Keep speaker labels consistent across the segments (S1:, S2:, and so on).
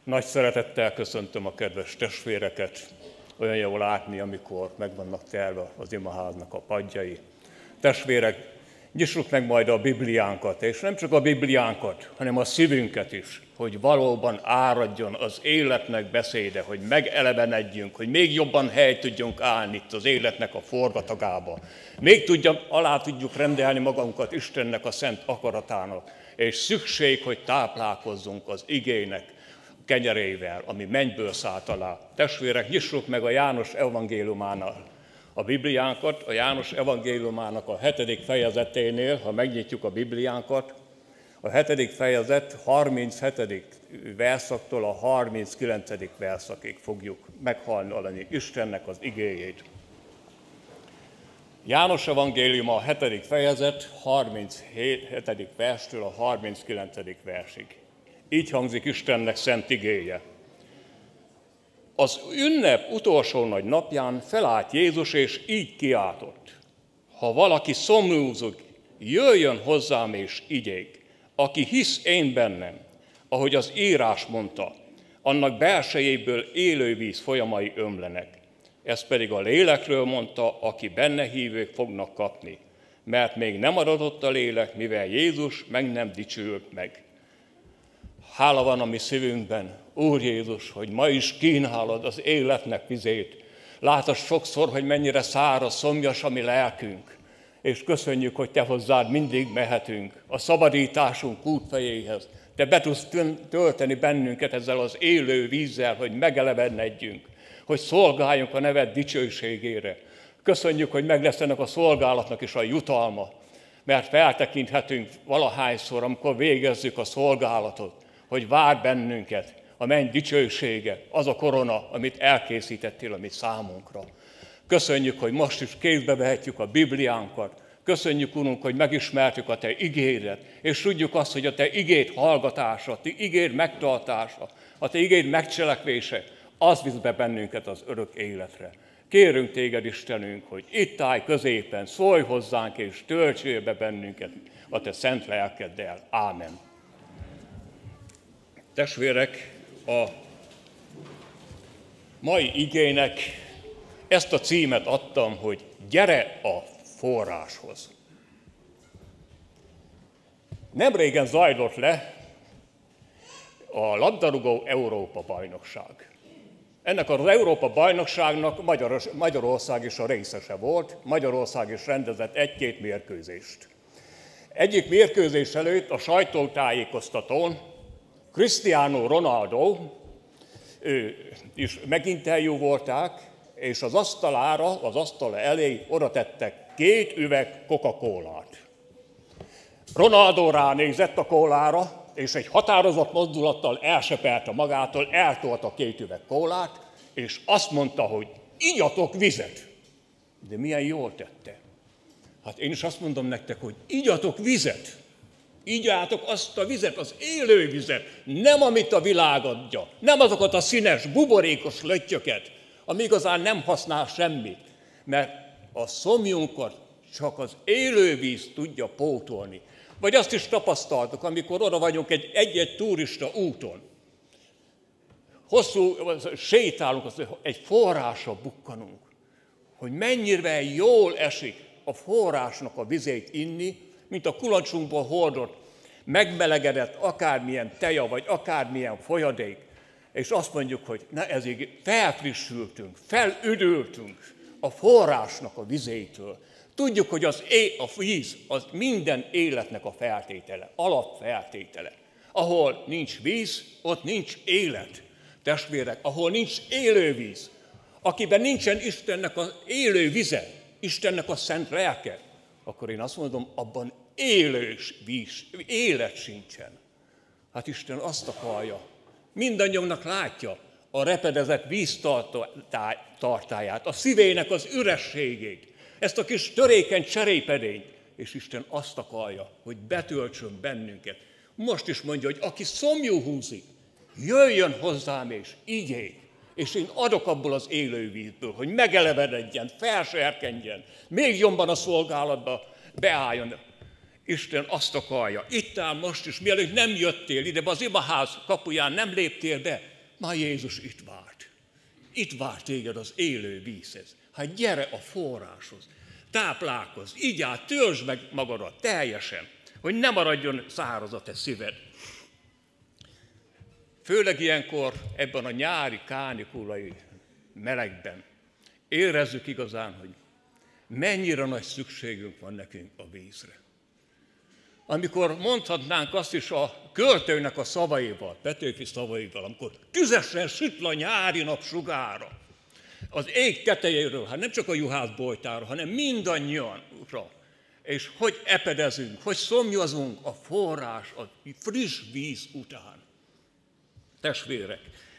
S1: Nagy szeretettel köszöntöm a kedves testvéreket. Olyan jó látni, amikor meg vannak telve az imaháznak a padjai. Testvérek, nyissuk meg majd a Bibliánkat, és nem csak a Bibliánkat, hanem a szívünket is, hogy valóban áradjon az életnek beszéde, hogy megelevenedjünk, hogy még jobban helyt tudjunk állni itt az életnek a forgatagába. Még alá tudjuk rendelni magunkat Istennek a szent akaratának, és szükség, hogy táplálkozzunk az igének kenyerével, ami mennyből szállt alá. Testvérek, nyissuk meg a János evangéliumánál a Bibliánkat, a János evangéliumának a 7. fejezeténél, ha megnyitjuk a Bibliánkat, a 7. fejezet 37. verszaktól a 39. verszakig fogjuk meghallani Istennek az igéjét. János evangélium a 7. fejezet 37. verstől a 39. versig. Így hangzik Istennek szent igéje. Az ünnep utolsó nagy napján felállt Jézus, és így kiáltott. Ha valaki szomjúzik, jöjjön hozzám és igyék. Aki hisz én bennem, ahogy az írás mondta, annak belsejéből élő víz folyamai ömlenek. Ez pedig a lélekről mondta, aki benne hívők fognak kapni. Mert még nem adatott a lélek, mivel Jézus meg nem dicsőült meg. Hála van a mi szívünkben, Úr Jézus, hogy ma is kínálod az életnek vizét. Látod sokszor, hogy mennyire száraz, szomjas a mi lelkünk. És köszönjük, hogy Te hozzád mindig mehetünk a szabadításunk útfejéhez. Te be tudsz tölteni bennünket ezzel az élő vízzel, hogy megelevenedjünk, hogy szolgáljunk a neved dicsőségére. Köszönjük, hogy meg lesz ennek a szolgálatnak is a jutalma, mert feltekinthetünk valahányszor, amikor végezzük a szolgálatot, hogy vár bennünket a menny dicsősége, az a korona, amit elkészítettél a mi számunkra. Köszönjük, hogy most is kézbe vehetjük a Bibliánkat. Köszönjük, Urunk, hogy megismertük a Te igédet, és tudjuk azt, hogy a Te igéd hallgatása, a Te igéd megtartása, a Te igéd megcselekvése, az visz be bennünket az örök életre. Kérünk Téged, Istenünk, hogy itt állj középen, szólj hozzánk, és töltsél be bennünket a Te szent lelkeddel. Ámen. Testvérek, a mai igének ezt a címet adtam, hogy gyere a forráshoz. Nemrégen zajlott le a labdarúgó Európa-bajnokság. Ennek az Európa-bajnokságnak Magyarország is a részese volt, Magyarország is rendezett 1-2 mérkőzést. Egyik mérkőzés előtt a sajtótájékoztatón Cristiano Ronaldo is meginterjúvolták, és az asztal elé oda tettek 2 üveg Coca-Colát. Ronaldo ránézett a kólára, és egy határozott mozdulattal elsepelte magától, eltolta 2 üveg kólát, és azt mondta, hogy igyatok vizet. De milyen jól tette. Hát én is azt mondom nektek, hogy igyatok vizet. Igyátok azt a vizet, az élő vizet, nem amit a világ adja, nem azokat a színes, buborékos löttyöket, ami igazán nem használ semmit, mert a szomjunkat csak az élő víz tudja pótolni. Vagy azt is tapasztaltuk, amikor oda vagyunk egy-egy turista úton. Hosszú sétálunk, egy forrásra bukkanunk, hogy mennyire jól esik a forrásnak a vizét inni, mint a kulancsunkból hordott, megmelegedett akármilyen teja, vagy akármilyen folyadék, és azt mondjuk, hogy ezért felfrissültünk, felüdültünk a forrásnak a vizétől. Tudjuk, hogy a víz az minden életnek a feltétele, alapfeltétele. Ahol nincs víz, ott nincs élet. Testvérek, ahol nincs élő víz, akiben nincsen Istennek az élő vize, Istennek a szent lelke, akkor én azt mondom, abban élős víz, élet sincsen. Hát Isten azt akarja, mindannyiunknak látja a repedezett víztartályát, a szívének az ürességét, ezt a kis törékeny cserépedényt, és Isten azt akarja, hogy betöltsön bennünket. Most is mondja, hogy aki szomjú húzik, jöjjön hozzám és igyék, és én adok abból az élő vízből, hogy megelevenedjen, felserkenjen, még jobban a szolgálatba beálljon. Isten azt akarja, itt áll most is, mielőtt nem jöttél ide, az imaház kapuján nem léptél be, már Jézus itt várt. Itt várt téged az élő vízhez. Hát gyere a forráshoz, táplálkozz, igyál, töltsd meg magadat teljesen, hogy ne maradjon száraz a te szíved. Főleg ilyenkor ebben a nyári kánikulai melegben érezzük igazán, hogy mennyire nagy szükségünk van nekünk a vízre. Amikor mondhatnánk azt is a költőnek a szavaival, Petőfi szavaival, amikor tüzesen süt a nyári nap sugára, az ég tetejéről, hát nem csak a juhász bojtára, hanem mindannyiankra, és hogy epedezünk, hogy szomjazunk a forrás, a friss víz után. Testvérek,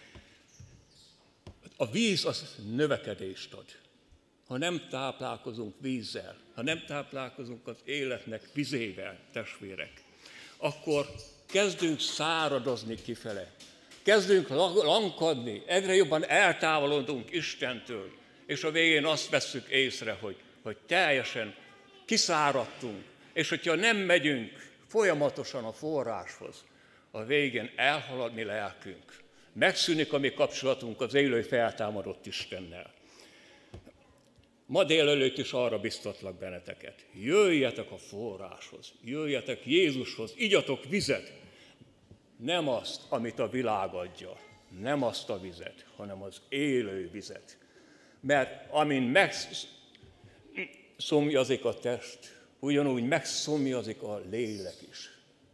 S1: a víz az növekedést ad. Ha nem táplálkozunk vízzel, ha nem táplálkozunk az életnek vizével, testvérek, akkor kezdünk száradozni kifele. Kezdünk lankadni, egyre jobban eltávolodunk Istentől, és a végén azt vesszük észre, hogy teljesen kiszáradtunk, és hogyha nem megyünk folyamatosan a forráshoz, a végén elhalad mi lelkünk. Megszűnik a mi kapcsolatunk az élő feltámadott Istennel. Ma délelőtt is arra biztatlak benneteket. Jöjjetek a forráshoz, jöjjetek Jézushoz, igyatok vizet. Nem azt, amit a világ adja, nem azt a vizet, hanem az élő vizet. Mert amin megszomjazik a test, ugyanúgy megszomjazik a lélek is.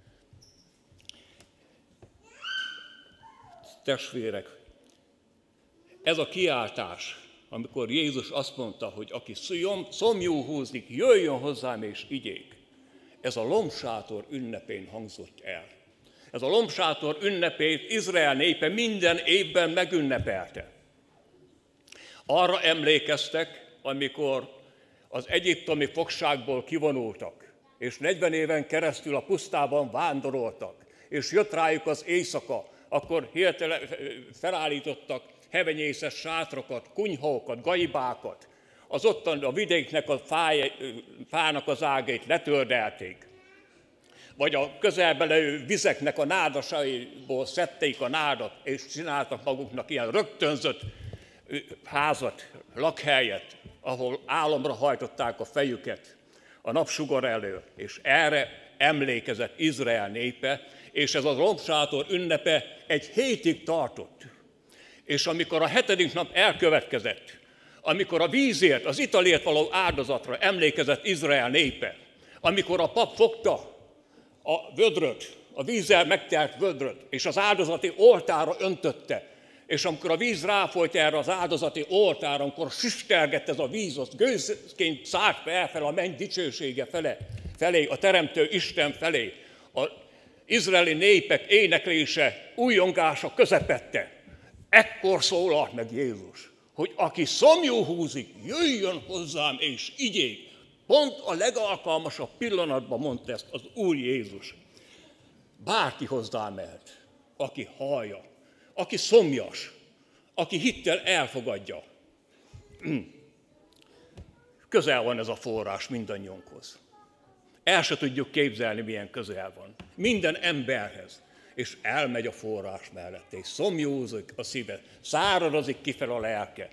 S1: Testvérek, ez a kiáltás, amikor Jézus azt mondta, hogy aki szomjú húzik, jöjjön hozzám és igyék. Ez a lombsátor ünnepén hangzott el. Ez a lombsátor ünnepét Izrael népe minden évben megünnepelte. Arra emlékeztek, amikor az egyiptomi fogságból kivonultak, és 40 éven keresztül a pusztában vándoroltak, és jött rájuk az éjszaka, akkor hirtelen felállítottak hevenyészes sátrakat, kunyhókat, gaibákat, az ottan a vidéknek a fának az ágait letördelték, vagy a közelbe levő vizeknek a nádasaiból szedték a nádat, és csináltak maguknak ilyen rögtönzött házat, lakhelyet, ahol álomra hajtották a fejüket a napsugár elől, és erre emlékezett Izrael népe, és ez a lombsátor ünnepe egy hétig tartott. És amikor a 7. nap elkövetkezett, amikor a vízért, az italért való áldozatra emlékezett Izrael népe, amikor a pap fogta a vödröt, a vízzel megtelt vödröt, és az áldozati oltárra öntötte, és amikor a víz ráfolyt erre az áldozati oltárra, amikor süstelgett ez a víz, az gőzként szállt fel a menny dicsősége felé, a teremtő Isten felé, az izraeli népek éneklése, újongása közepette. Ekkor szólalt meg Jézus, hogy aki szomjú húzik, jöjjön hozzám és igyék. Pont a legalkalmasabb pillanatban mondta ezt az Úr Jézus. Bárki hozzám mehet, aki hallja, aki szomjas, aki hittel elfogadja. Közel van ez a forrás mindannyiunkhoz. El se tudjuk képzelni, milyen közel van. Minden emberhez. És elmegy a forrás mellett, és szomjózik a szíve, száradozik kifel a lelke.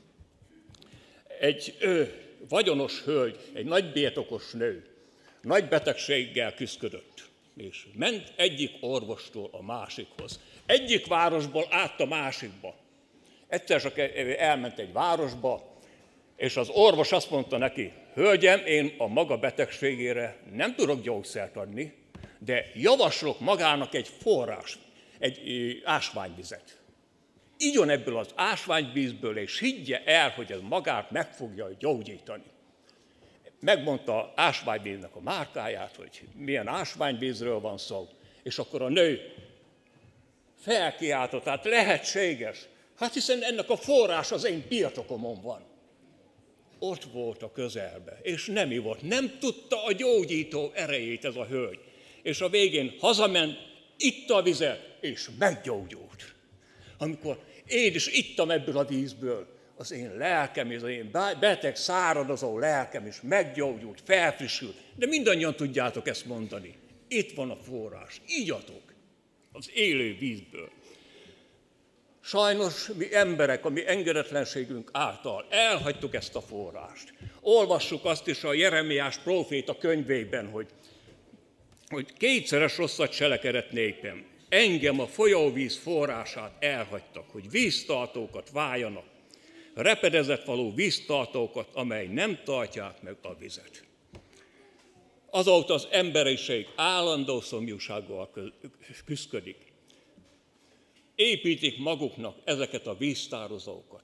S1: Egy vagyonos hölgy, egy nagy birtokos nő, nagy betegséggel küszködött, és ment egyik orvostól a másikhoz. Egyik városból át a másikba. Egyszer csak elment egy városba, és az orvos azt mondta neki, hölgyem, én a maga betegségére nem tudok gyógyszert adni, de javaslok magának egy forrás, egy ásványvizet. Igyon ebből az ásványvízből, és higgye el, hogy ez magát meg fogja gyógyítani. Megmondta ásványvíznek a márkáját, hogy milyen ásványvízről van szó, és akkor a nő felkiáltott, hát lehetséges, hát hiszen ennek a forrás az én birtokomon van. Ott volt a közelbe, és nem ivott, nem tudta a gyógyító erejét ez a hölgy. És a végén hazament, itta a vizet, és meggyógyult. Amikor én is ittam ebből a vízből, az én lelkem, az én beteg, száradozó lelkem is meggyógyult, felfrissült. De mindannyian tudjátok ezt mondani. Itt van a forrás, igyatok az élő vízből. Sajnos mi emberek, a mi engedetlenségünk által elhagytuk ezt a forrást. Olvassuk azt is a Jeremiás próféta könyvében, hogy kétszeres rosszat cselekedett népem. Engem, a folyóvíz forrását elhagytak, hogy víztartókat váljanak, repedezett való víztartókat, amely nem tartják meg a vizet. Azóta az emberiség állandó szomjúsággal küszködik. Építik maguknak ezeket a víztározókat.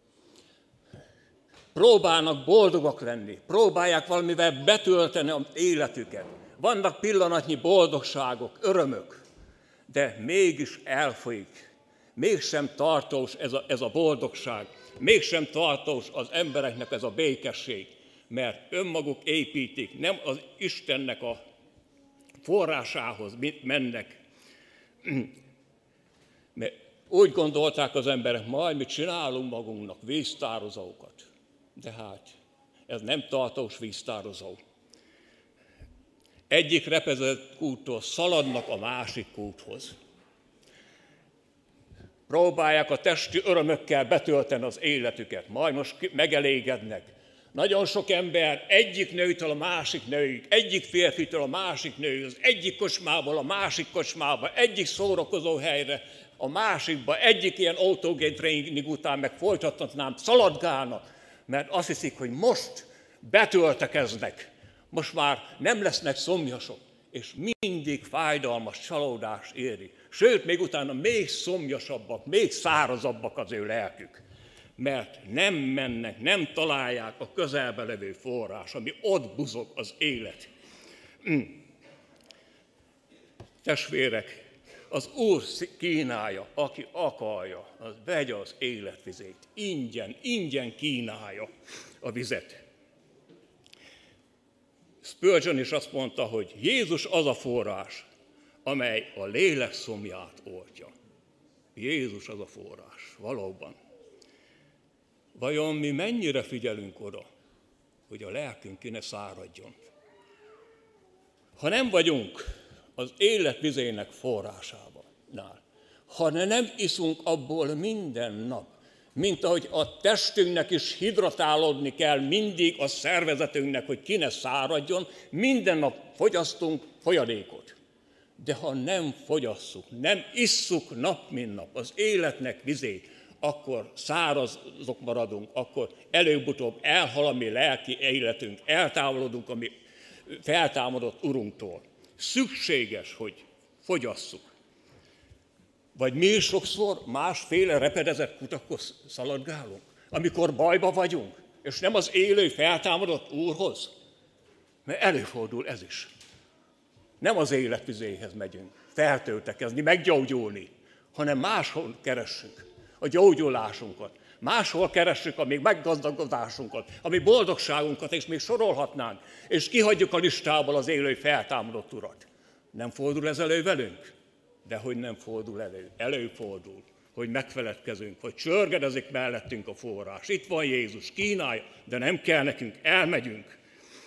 S1: Próbálnak boldogak lenni, próbálják valamivel betölteni az életüket. Vannak pillanatnyi boldogságok, örömök, de mégis elfolyik. Mégsem tartós ez a boldogság, mégsem tartós az embereknek ez a békesség, mert önmaguk építik, nem az Istennek a forrásához mennek. Mert úgy gondolták az emberek, majd mi csinálunk magunknak víztározókat. De hát ez nem tartós víztározó. Egyik repedezett kúttól szaladnak a másik kúthoz. Próbálják a testi örömökkel betölteni az életüket, majd most megelégednek. Nagyon sok ember egyik nőtől a másik nőig, egyik férfitől a másik nőig, az egyik kocsmából a másik kocsmába, egyik szórakozó helyre, a másikba, egyik ilyen autogén tréning után meg folytatnám, szaladgálnak, mert azt hiszik, hogy most betöltekeznek, most már nem lesznek szomjasok, és mindig fájdalmas csalódás éri. Sőt, még utána még szomjasabbak, még szárazabbak az ő lelkük, mert nem mennek, nem találják a közelbe levő forrás, ami ott buzog az élet. Testvérek, az Úr kínálja, aki akarja, az vegye az életvizét. Ingyen kínálja a vizet. Spurgeon is azt mondta, hogy Jézus az a forrás, amely a lélek szomját oltja. Jézus az a forrás, valóban. Vajon mi mennyire figyelünk oda, hogy a lelkünk ki ne száradjon? Ha nem vagyunk az életvizének forrásánál, ha nem iszunk abból minden nap, mint ahogy a testünknek is hidratálódni kell mindig a szervezetünknek, hogy ki ne száradjon, minden nap fogyasztunk folyadékot. De ha nem fogyasszuk, nem isszuk nap mint nap az életnek vizét, akkor szárazok maradunk, akkor előbb-utóbb elhal a mi lelki életünk, eltávolodunk a mi feltámadott Urunktól. Szükséges, hogy fogyasszuk. Vagy mi is sokszor másféle repedezett kutakhoz szaladgálunk, amikor bajba vagyunk, és nem az élő, feltámadott Úrhoz. Mert előfordul ez is. Nem az életvizéhez megyünk feltöltekezni, meggyógyulni, hanem máshol keressük a gyógyulásunkat. Máshol keressük a még meggazdagodásunkat, a mi boldogságunkat, és még sorolhatnánk, és kihagyjuk a listából az élő feltámadott Urat. Nem fordul ez elő velünk? Dehogy nem fordul elő. Előfordul, hogy megfeledkezünk, hogy csörgedezik mellettünk a forrás. Itt van Jézus, kínálja, de nem kell nekünk, elmegyünk.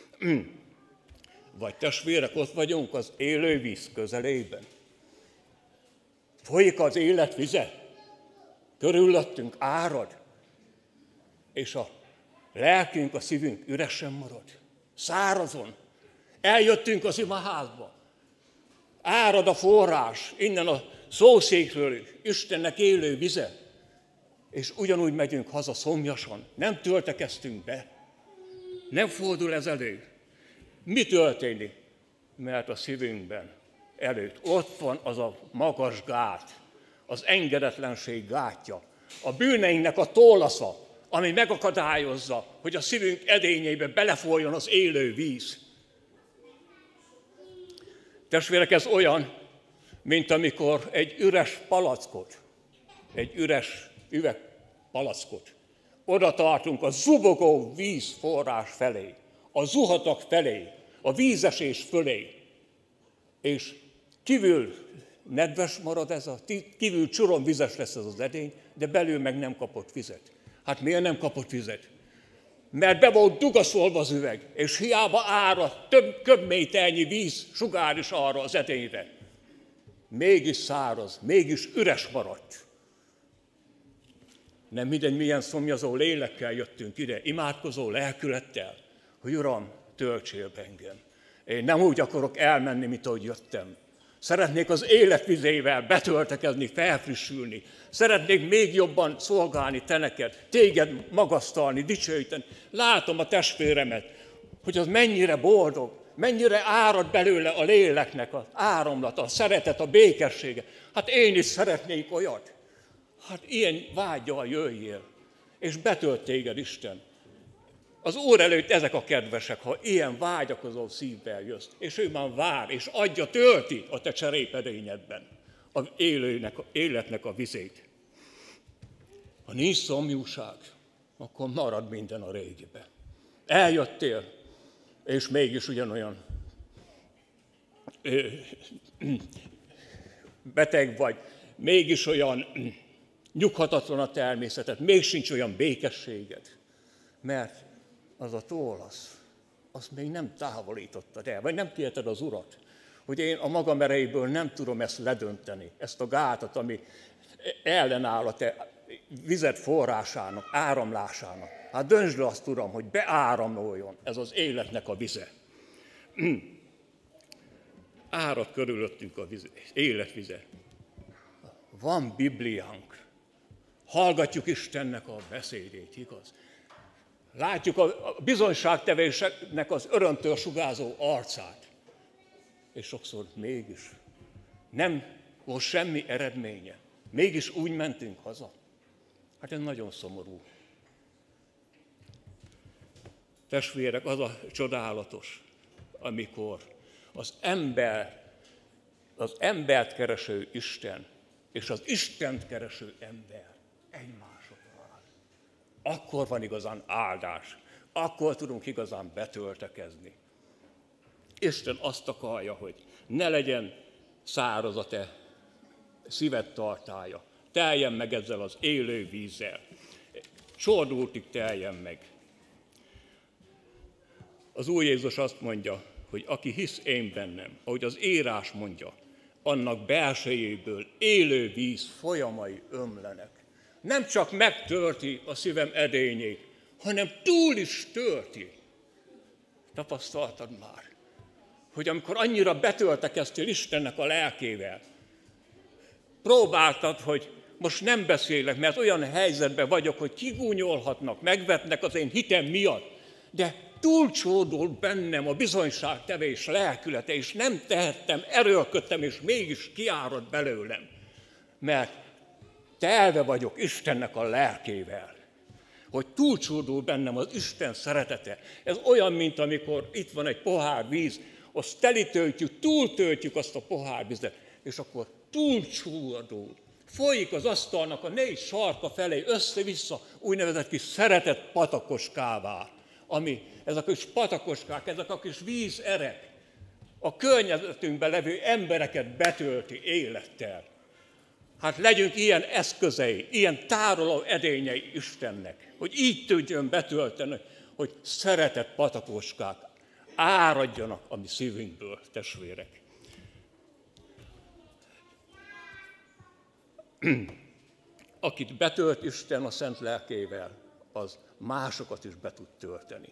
S1: Vagy testvérek, ott vagyunk az élő víz közelében. Folyik az élet vize, körülöttünk árad, és a lelkünk, a szívünk üresen marad, szárazon. Eljöttünk az imaházba, árad a forrás, innen a szószékről Istennek élő vize, és ugyanúgy megyünk haza szomjasan, nem töltekeztünk be, nem fordul ez elő. Mi történik? Mert a szívünkben előtt ott van az a magas gát, az engedetlenség gátja, a bűneinknek a tollasza, ami megakadályozza, hogy a szívünk edényeibe belefolyjon az élő víz. Testvérek, ez olyan, mint amikor egy üres palackot, egy üres üvegpalackot oda tartunk a zubogó vízforrás felé, a zuhatag felé, a vízesés fölé, és kívül nedves marad kívül csuromvizes lesz ez az edény, de belül meg nem kapott vizet. Hát miért nem kapott vizet? Mert be volt dugaszolva az üveg, és hiába árad több köbméternyi víz sugár is arra az edényre. Mégis száraz, mégis üres maradt. Nem mindegy, milyen szomjazó lélekkel jöttünk ide, imádkozó lelkülettel, hogy Uram, töltsél be engem. Én nem úgy akarok elmenni, mint ahogy jöttem. Szeretnék az életvizével betöltekezni, felfrissülni. Szeretnék még jobban szolgálni te neked, téged magasztalni, dicsőíteni. Látom a testvéremet, hogy az mennyire boldog, mennyire árad belőle a léleknek az áramlata, a szeretet, a békessége. Hát én is szeretnék olyat. Hát ilyen vággyal jöjjél, és betölt téged Isten. Az Úr előtt ezek a kedvesek, ha ilyen vágyakozó szívvel jössz, és ő már vár, és adja, tölti a te cserépedényedben az életnek a vizét. Ha nincs szomjúság, akkor marad minden a régibe. Eljöttél, és mégis ugyanolyan beteg vagy, mégis olyan nyughatatlan a természetet, még sincs olyan békességed, mert az a tollasz, azt még nem távolítottad el, vagy nem kérted az Urat, hogy én a magam erejéből nem tudom ezt ledönteni, ezt a gátat, ami ellenáll a te vizet forrásának, áramlásának. Hát döntsd le azt, Uram, hogy beáramoljon ez az életnek a vize. Árad körülöttünk a vize, életvize. Van Bibliánk. Hallgatjuk Istennek a beszédét, igaz? Látjuk a bizonyságtevésnek az örömtől sugázó arcát. És sokszor mégis nem volt semmi eredménye. Mégis úgy mentünk haza. Hát ez nagyon szomorú. Testvérek, az a csodálatos, amikor az embert kereső Isten és az Istent kereső ember egymásokra áll. Akkor van igazán áldás, akkor tudunk igazán betöltekezni. Isten azt akarja, hogy ne legyen száraz a te szíved tartálya, teljen meg ezzel az élő vízzel, csordultig teljen meg. Az Úr Jézus azt mondja, hogy aki hisz én bennem, ahogy az írás mondja, annak belsejéből élő víz folyamai ömlenek. Nem csak megtölti a szívem edényét, hanem túl is tölti. Tapasztaltad már, hogy amikor annyira betöltekeztél Istennek a lelkével, próbáltad, hogy most nem beszélek, mert olyan helyzetben vagyok, hogy kigúnyolhatnak, megvetnek az én hitem miatt, de túlcsódul bennem a bizonyságtevés lelkülete, és nem tehettem, erőlködtem, és mégis kiárad belőlem, mert telve vagyok Istennek a lelkével, hogy túlcsódul bennem az Isten szeretete. Ez olyan, mint amikor itt van egy pohár víz, azt telítöltjük, túltöltjük azt a pohár vizet, és akkor túlcsódul. Folyik az asztalnak a 4 sarka felé, össze-vissza, úgynevezett kis szeretett patakoskává, ami ezek a kis patakoskák, ezek a kis vízerek a környezetünkben levő embereket betölti élettel. Hát legyünk ilyen eszközei, ilyen tároló edényei Istennek, hogy így tudjon betölteni, hogy szeretett patakoskák áradjanak a mi szívünkből, testvérek. Akit betölt Isten a szent lelkével, az másokat is be tud tölteni.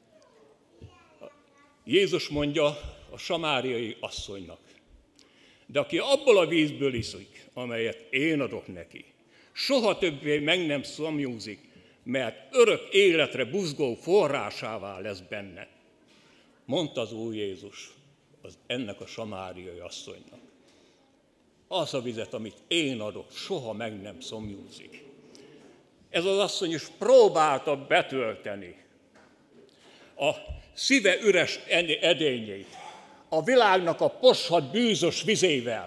S1: Jézus mondja a samáriai asszonynak, de aki abból a vízből iszik, amelyet én adok neki, soha többé meg nem szomjúzik, mert örök életre buzgó forrásává lesz benne. Mondta az Úr Jézus ennek a samáriai asszonynak. Az a vizet, amit én adok, soha meg nem szomjúzik. Ez az asszony is próbálta betölteni a szíve üres edényét a világnak a poshat bűzös vizével.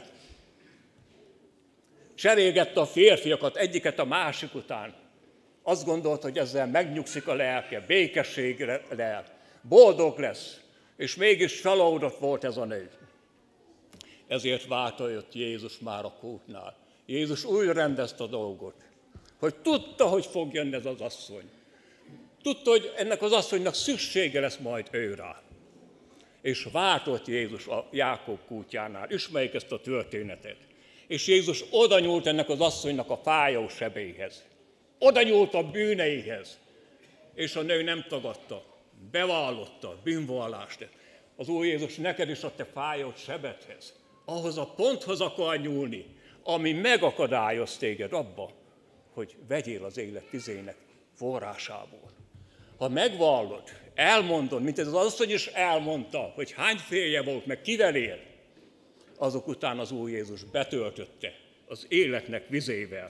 S1: Cserélgette a férfiakat egyiket a másik után. Azt gondolt, hogy ezzel megnyugszik a lelke, békességre lel, boldog lesz, és mégis csalódott volt ez a nő. Ezért válta jött Jézus már a kútnál. Jézus úgy rendezte a dolgot, hogy tudta, hogy fog jönni ez az asszony. Tudta, hogy ennek az asszonynak szüksége lesz majd őrá. És váltott Jézus a Jákob kútjánál. Ismerjük ezt a történetet. És Jézus oda nyúlt ennek az asszonynak a fájó sebéhez. Oda nyúlt a bűneihez, és a nő nem tagadta, bevallotta a bűnvallást. Az Úr Jézus neked is a te fájott sebedhez, ahhoz a ponthoz akar nyúlni, ami megakadályoz téged abba, hogy vegyél az élet vizének forrásából. Ha megvallod, elmondod, mint ez az asszony is elmondta, hogy hány férje volt, meg kivel él, azok után az Úr Jézus betöltötte az életnek vizével.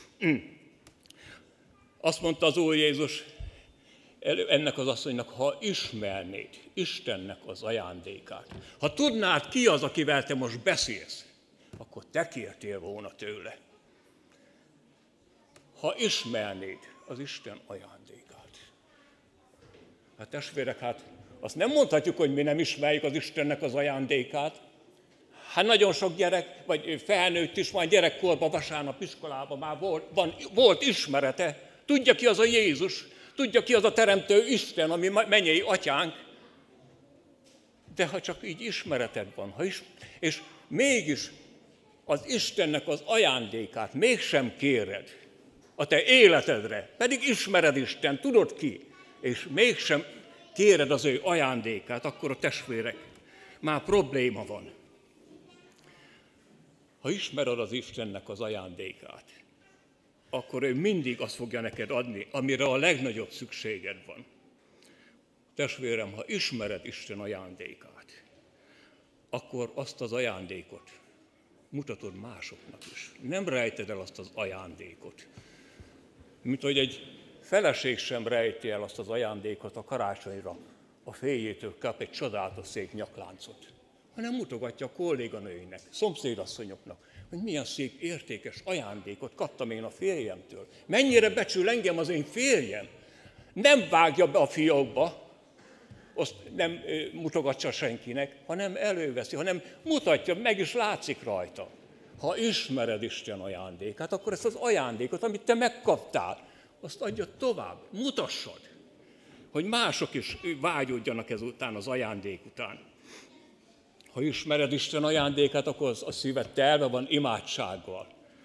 S1: Azt mondta az Úr Jézus ennek az asszonynak, ha ismernéd Istennek az ajándékát, ha tudnád, ki az, akivel te most beszélsz, akkor te kértél volna tőle. Ha ismernéd az Isten ajándékát. Hát testvérek, azt nem mondhatjuk, hogy mi nem ismerjük az Istennek az ajándékát. Hát nagyon sok gyerek, vagy felnőtt is már gyerekkorban, vasárnap iskolában már volt ismerete. Tudja, ki az a Jézus, tudja, ki az a teremtő Isten, ami mennyei atyánk. De ha csak így ismereted van, és mégis az Istennek az ajándékát mégsem kéred a te életedre, pedig ismered Isten, tudod ki, és mégsem kéred az ő ajándékát, akkor a testvérek, már probléma van. Ha ismered az Istennek az ajándékát, akkor ő mindig azt fogja neked adni, amire a legnagyobb szükséged van. Testvérem, ha ismered Isten ajándékát, akkor azt az ajándékot mutatod másoknak is. Nem rejted el azt az ajándékot. Mint hogy egy feleség sem rejti el azt az ajándékot a karácsonyra. A férjétől kap egy csodálatos szép nyakláncot, hanem mutogatja a kolléganőinek, szomszédasszonyoknak, hogy milyen szép, értékes ajándékot kaptam én a férjemtől. Mennyire becsül engem az én férjem. Nem vágja be a fiókba, azt nem mutogatja senkinek, hanem előveszi, hanem mutatja, meg is látszik rajta. Ha ismered Isten ajándékát, akkor ezt az ajándékot, amit te megkaptál, azt adja tovább, mutassad, hogy mások is vágyódjanak ezután az ajándék után. Ha ismered Isten ajándékát, akkor a szíved telve van imádsággal.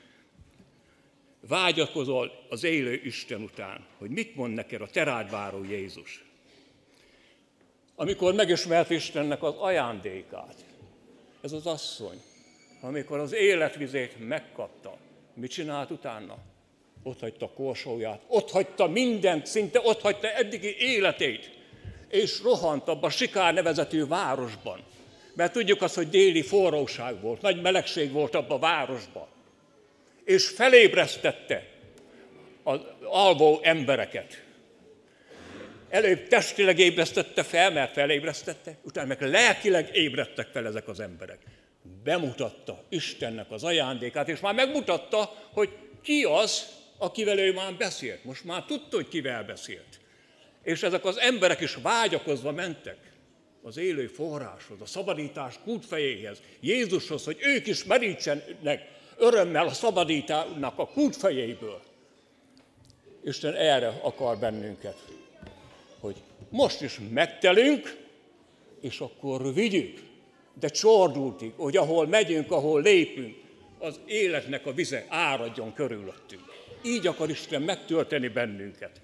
S1: Vágyakozol az élő Isten után, hogy mit mond neked a te rád váró Jézus. Amikor megismert Istennek az ajándékát, ez az asszony, amikor az életvizét megkapta, mit csinált utána? Otthagyta korsóját, otthagyta mindent, szinte otthagyta eddigi életét, és rohant abba a Sikár nevezetű városban. Mert tudjuk azt, hogy déli forróság volt, nagy melegség volt abban a városban. És felébresztette az alvó embereket. Előbb testileg ébresztette fel, mert felébresztette, utána meg lelkileg ébredtek fel ezek az emberek. Bemutatta Istennek az ajándékát, és már megmutatta, hogy ki az, akivel ő már beszélt. Most már tudta, hogy kivel beszélt. És ezek az emberek is vágyakozva mentek az élő forráshoz, a szabadítás kútfejéhez, Jézushoz, hogy ők is merítsenek örömmel a szabadításnak a kútfejéből. Isten erre akar bennünket, hogy most is megtelünk, és akkor vigyük, de csordultig, hogy ahol megyünk, ahol lépünk, az életnek a vize áradjon körülöttünk. Így akar Isten megtölteni bennünket.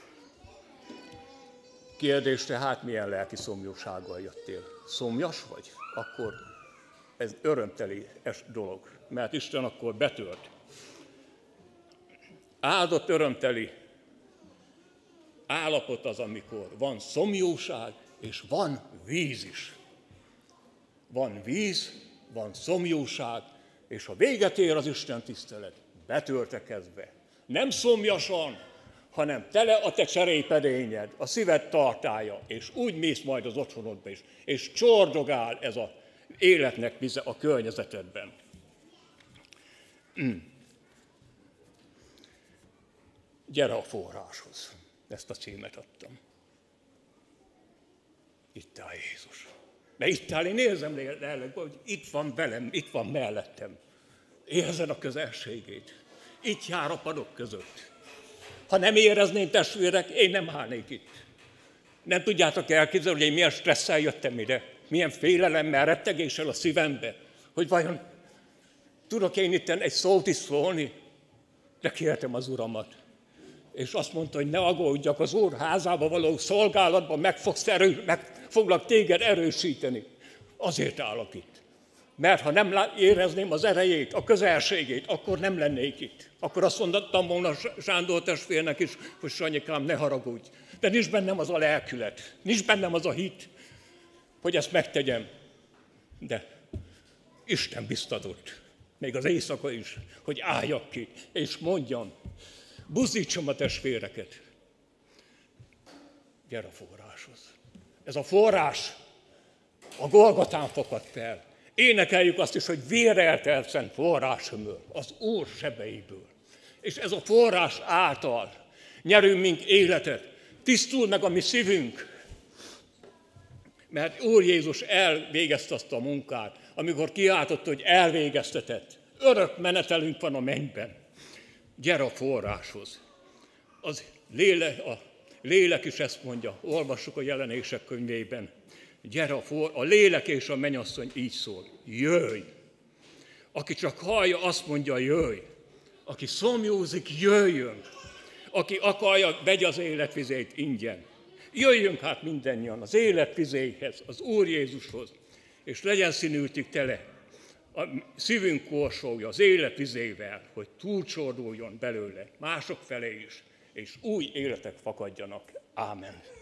S1: Kérdés, tehát milyen lelki szomjúsággal jöttél? Szomjas vagy? Akkor ez örömteli dolog, mert Isten akkor betölt. Áldott örömteli állapot az, amikor van szomjúság, és van víz is. Van víz, van szomjúság, és ha véget ér az Isten tisztelet, betöltekezve. Nem szomjasan, hanem tele a te cserépedényed, a szíved tartálya, és úgy mész majd az otthonodba is, és csordogál ez az életnek vize a környezetedben. Gyere a forráshoz. Ezt a címet adtam. Itt áll Jézus. Mert itt áll, én érzem lélekben, hogy itt van velem, itt van mellettem. Érzed a közelségét. Itt jár a padok között. Ha nem érezném, testvérek, én nem állnék itt. Nem tudjátok elképzelni, hogy én milyen stresszel jöttem ide, milyen félelemmel, rettegéssel a szívembe, hogy vajon tudok én itt egy szót is szólni, de kértem az Uramat, és azt mondta, hogy ne aggódjak, az Úr házába való szolgálatban meg foglak téged erősíteni. Azért állok itt. Mert ha nem érezném az erejét, a közelségét, akkor nem lennék itt. Akkor azt mondtam volna Sándor testvérnek is, hogy Sanyikám, ne haragudj. De nincs bennem az a lelkület, nincs bennem az a hit, hogy ezt megtegyem. De Isten biztatott, még az éjszaka is, hogy álljak ki, és mondjam, buzdítsam a testvéreket. Gyere a forráshoz. Ez a forrás a Golgotán fogadt fel. Énekeljük azt is, hogy vérre eltelt szent forrásömör, az Úr sebeiből. És ez a forrás által nyerünk mink életet, tisztul meg a mi szívünk, mert Úr Jézus elvégezte azt a munkát, amikor kiáltott, hogy elvégeztetett. Örök menetelünk van a mennyben. Gyere a forráshoz. A lélek is ezt mondja, olvassuk a Jelenések könyvében. Gyere a lélek és a mennyasszony így szól, jöjj! Aki csak hallja, azt mondja, jöjj! Aki szomjúzik, jöjjön! Aki akarja, vegye az életvizét ingyen. Jöjjünk hát mindannyian az életvizéhez, az Úr Jézushoz, és legyen színültig tele a szívünk korsója az életvizével, hogy túlcsorduljon belőle mások felé is, és új életek fakadjanak. Ámen.